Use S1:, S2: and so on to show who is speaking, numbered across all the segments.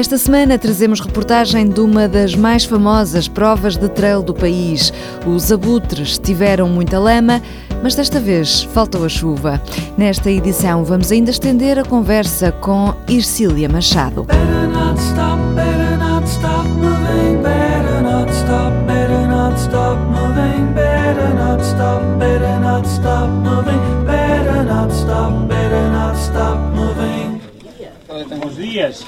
S1: Esta semana trazemos reportagem de uma das mais famosas provas de trail do país. Os abutres tiveram muita lama, mas desta vez faltou a chuva. Nesta edição vamos ainda estender a conversa com Ercília Machado.
S2: Bons dias.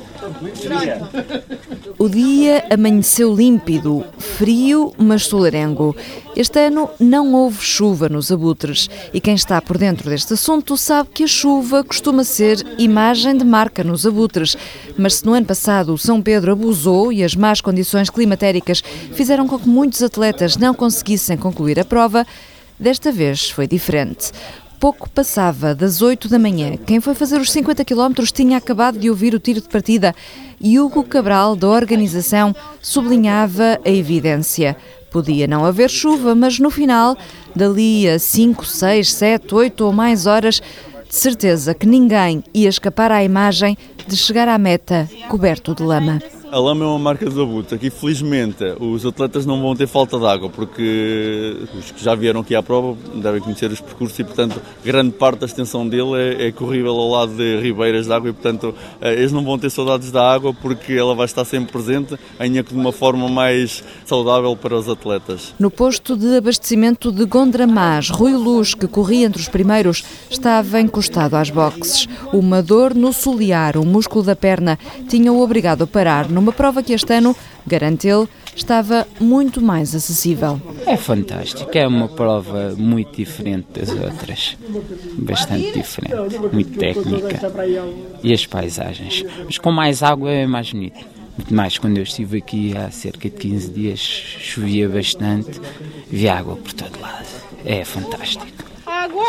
S1: O dia amanheceu límpido, frio, mas solarengo. Este ano não houve chuva nos abutres e quem está por dentro deste assunto sabe que a chuva costuma ser imagem de marca nos abutres. Mas se no ano passado o São Pedro abusou e as más condições climatéricas fizeram com que muitos atletas não conseguissem concluir a prova, desta vez foi diferente. Pouco passava das 8 da manhã. Quem foi fazer os 50 km tinha acabado de ouvir o tiro de partida e Hugo Cabral, da organização, sublinhava a evidência. Podia não haver chuva, mas no final, dali a 5, 6, 7, 8 ou mais horas, de certeza que ninguém ia escapar à imagem de chegar à meta coberto de lama.
S3: A lama é uma marca dos abutres. Aqui, felizmente, os atletas não vão ter falta de água, porque os que já vieram aqui à prova devem conhecer os percursos e, portanto, grande parte da extensão dele é corrível ao lado de ribeiras de água e, portanto, eles não vão ter saudades da água porque ela vai estar sempre presente, ainda que de uma forma mais saudável para os atletas.
S1: No posto de abastecimento de Gondramás, Rui Luz, que corria entre os primeiros, estava encostado às boxes. Uma dor no solear, o músculo da perna, tinha-o obrigado a parar numa prova que este ano, garante ele, estava muito mais acessível.
S4: É fantástico, é uma prova muito diferente das outras, bastante diferente, muito técnica, e as paisagens. Mas com mais água é mais bonito. Muito mais, quando eu estive aqui há cerca de 15 dias, chovia bastante, havia água por todo lado, é fantástico.
S5: Água!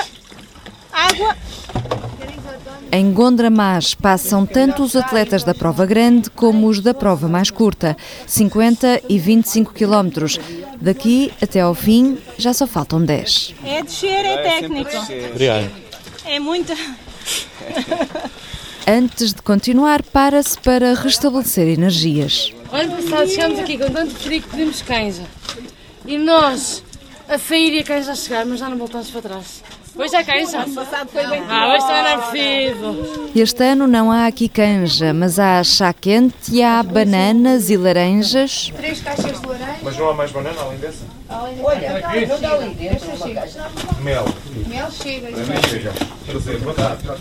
S1: Em Gondramás passam tanto os atletas da prova grande como os da prova mais curta, 50 e 25 km. Daqui até ao fim já só faltam 10.
S5: É descer, é técnico.
S2: Obrigado.
S5: É muita.
S1: Antes de continuar, para-se para restabelecer energias.
S6: O ano passado chegámos aqui com tanto frio que pedimos canja. E nós, a sair e a canja a chegar, mas já não voltamos para trás. Hoje é canja. Ano passado foi bem. Hoje também não é preciso.
S1: Este ano não há aqui canja, mas há chá quente e há bananas e laranjas.
S5: 3 caixas de laranja.
S2: Mas não há mais banana além dessa?
S5: Olha, não dá ali dentro.
S2: Mel.
S5: Mel chega.
S2: Trazer batata.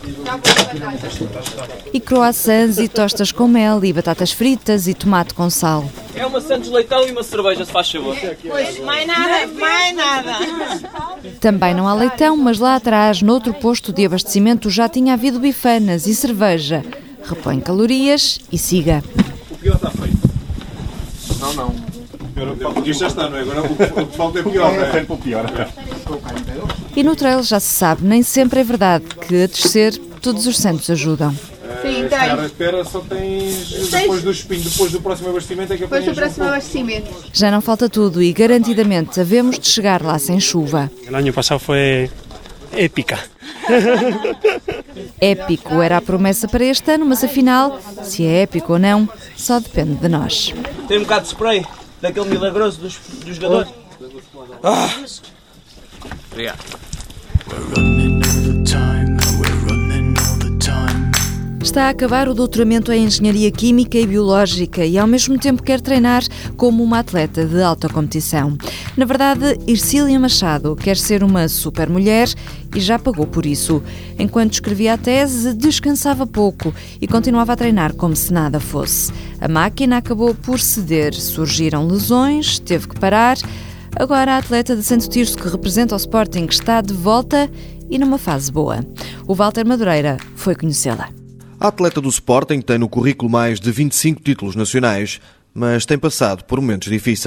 S1: E croissants e tostas com mel e batatas fritas e tomate com sal.
S7: É uma Santos Leitão e uma cerveja, se faz favor.
S5: Pois, mais nada.
S1: Também não há leitão, mas lá atrás, noutro posto de abastecimento, já tinha havido bifanas e cerveja. Repõe calorias e siga.
S2: O pior está feito. Não. Isto já está, não é? Agora o que falta é pior, não é? Sempre o pior.
S1: E no trail já se sabe, nem sempre é verdade que a descer todos os santos ajudam.
S5: Sim, tem.
S2: Espera, só tens depois do espinho, depois do próximo abastecimento é que
S5: Depois do
S2: apanhas
S5: próximo abastecimento.
S1: Já não falta tudo e garantidamente havemos de chegar lá sem chuva.
S8: O ano passado foi épica.
S1: Épico era a promessa para este ano, mas afinal, se é épico ou não, só depende de nós.
S7: Tem um bocado de spray, daquele milagroso dos jogadores. Obrigado.
S1: Está a acabar o doutoramento em Engenharia Química e Biológica e ao mesmo tempo quer treinar como uma atleta de alta competição. Na verdade, Ercília Machado quer ser uma super mulher e já pagou por isso. Enquanto escrevia a tese, descansava pouco e continuava a treinar como se nada fosse. A máquina acabou por ceder, surgiram lesões, teve que parar. Agora a atleta de Santo Tirso que representa o Sporting está de volta e numa fase boa. O Walter Madureira foi conhecê-la.
S9: A atleta do Sporting tem no currículo mais de 25 títulos nacionais, mas tem passado por momentos difíceis.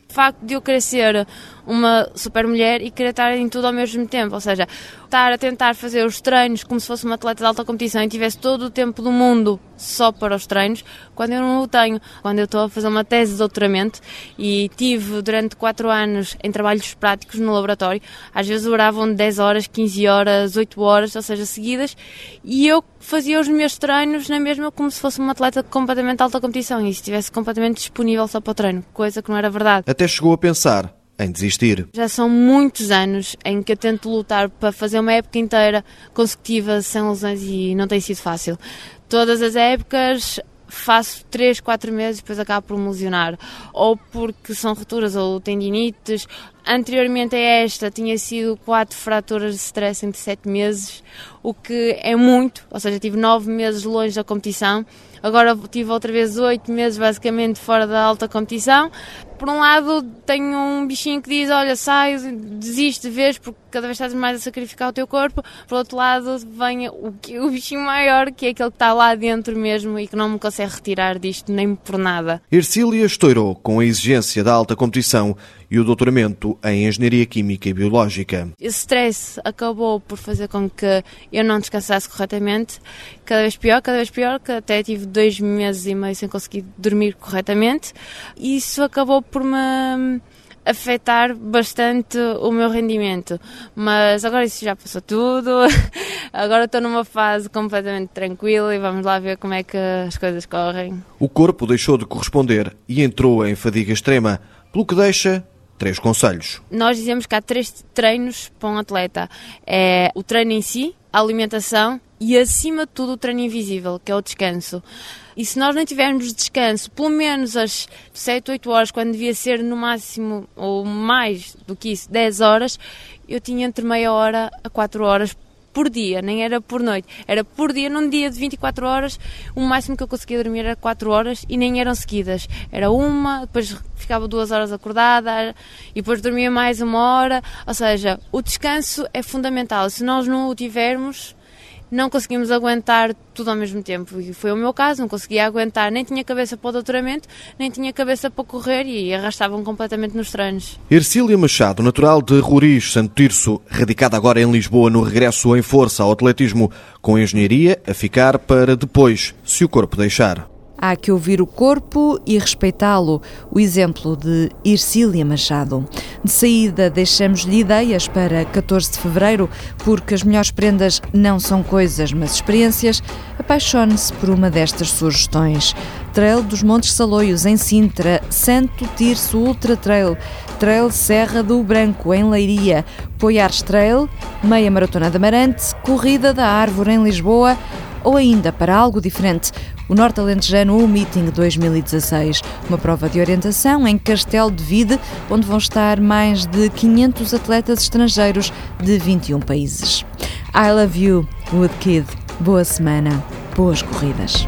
S6: O facto de eu querer ser uma super mulher e querer estar em tudo ao mesmo tempo, ou seja, estar a tentar fazer os treinos como se fosse uma atleta de alta competição e tivesse todo o tempo do mundo só para os treinos, quando eu não o tenho. Quando eu estou a fazer uma tese de doutoramento e tive durante 4 anos em trabalhos práticos no laboratório, às vezes duravam 10 horas, 15 horas, 8 horas, ou seja, seguidas, e eu fazia os meus treinos na mesma como se fosse uma atleta completamente de alta competição e estivesse completamente disponível só para o treino, coisa que não era verdade.
S9: Até chegou a pensar em desistir.
S6: Já são muitos anos em que eu tento lutar para fazer uma época inteira consecutiva sem lesões e não tem sido fácil. Todas as épocas faço 3, 4 meses e depois acabo por me lesionar, ou porque são rupturas ou tendinites. Anteriormente a esta tinha sido 4 fraturas de stress entre 7 meses, o que é muito, ou seja, tive 9 meses longe da competição. Agora tive outra vez 8 meses basicamente fora da alta competição. Por um lado tenho um bichinho que diz, olha, sai, desiste de vez porque cada vez estás mais a sacrificar o teu corpo. Por outro lado vem o bichinho maior, que é aquele que está lá dentro mesmo e que não me consegue retirar disto nem por nada.
S9: Ercília estourou com a exigência da alta competição e o doutoramento em Engenharia Química e Biológica.
S6: Esse stress acabou por fazer com que eu não descansasse corretamente, cada vez pior, que até tive 2 meses e meio sem conseguir dormir corretamente. E isso acabou por me afetar bastante o meu rendimento, mas agora isso já passou tudo, agora estou numa fase completamente tranquila e vamos lá ver como é que as coisas correm.
S9: O corpo deixou de corresponder e entrou em fadiga extrema, pelo que deixa 3 conselhos.
S6: Nós dizemos que há 3 treinos para um atleta. É o treino em si, a alimentação e, acima de tudo, o treino invisível, que é o descanso. E se nós não tivermos descanso, pelo menos às 7, 8 horas, quando devia ser no máximo, ou mais do que isso, 10 horas, eu tinha entre meia hora a 4 horas por dia, nem era por noite, era por dia. Num dia de 24 horas, o máximo que eu conseguia dormir era 4 horas e nem eram seguidas. Era uma, depois ficava 2 horas acordada e depois dormia mais 1 hora. Ou seja, o descanso é fundamental. Se nós não o tivermos, não conseguimos aguentar tudo ao mesmo tempo. E foi o meu caso, não conseguia aguentar, nem tinha cabeça para o doutoramento, nem tinha cabeça para correr e arrastavam completamente nos treinos.
S9: Ercília Machado, natural de Roriz, Santo Tirso, radicada agora em Lisboa no regresso em força ao atletismo, com engenharia a ficar para depois, se o corpo deixar.
S1: Há que ouvir o corpo e respeitá-lo, o exemplo de Ercília Machado. De saída, deixamos-lhe ideias para 14 de fevereiro, porque as melhores prendas não são coisas, mas experiências. Apaixone-se por uma destas sugestões. Trail dos Montes Saloios, em Sintra, Santo Tirso Ultra Trail, Trail Serra do Branco, em Leiria, Poiares Trail, Meia Maratona de Amarante, Corrida da Árvore, em Lisboa, ou ainda, para algo diferente, o Norte Alentejano Meeting 2016, uma prova de orientação em Castelo de Vide, onde vão estar mais de 500 atletas estrangeiros de 21 países. I love you, Woodkid. Boa semana, boas corridas.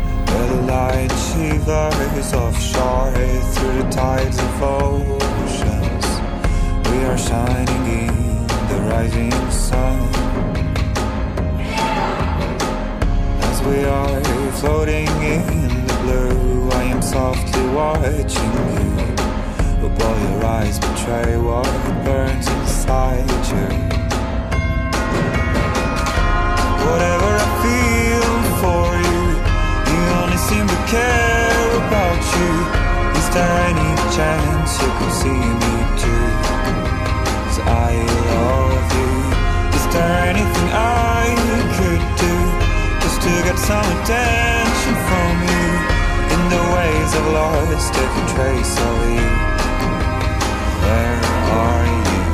S10: We are floating in the blue. I am softly watching you, but while your eyes betray what burns inside you. Whatever I feel for you, you only seem to care about you. Is there any chance you could see me too? 'Cause I love you. Is there anything I could do to get some attention from you? In the ways I've lost every trace of you. Where are you?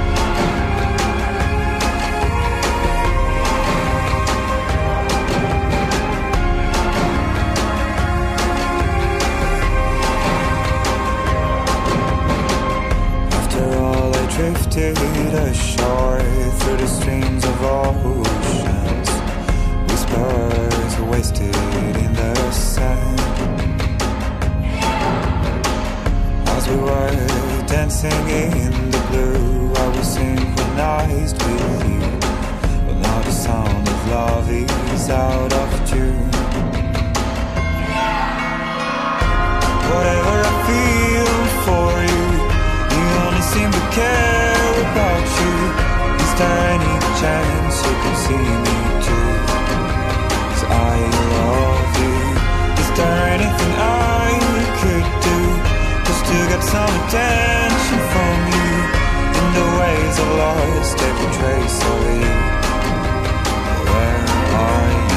S10: After all I drifted ashore through the streams of oceans, whispers wasted in the sand. As we were dancing in the blue, I was synchronized with you, but now the sound of love is out of tune. Whatever I feel for you, lost every trace of you. Where are you?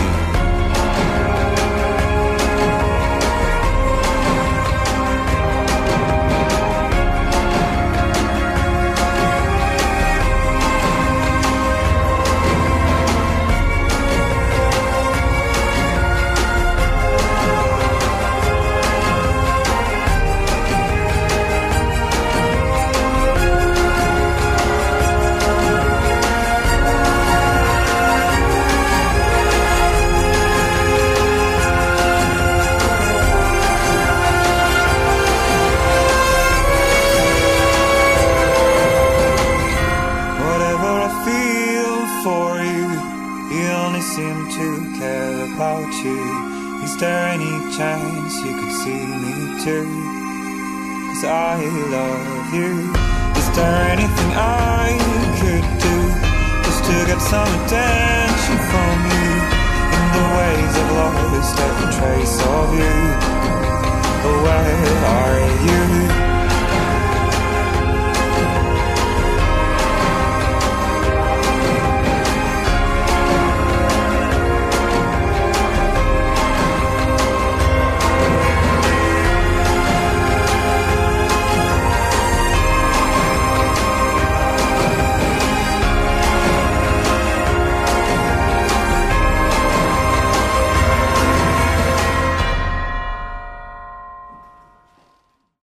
S10: Is there any chance you could see me too? 'Cause I love you. Is there anything I could do just to get some attention from you? In the ways I've lost every trace of you. Oh,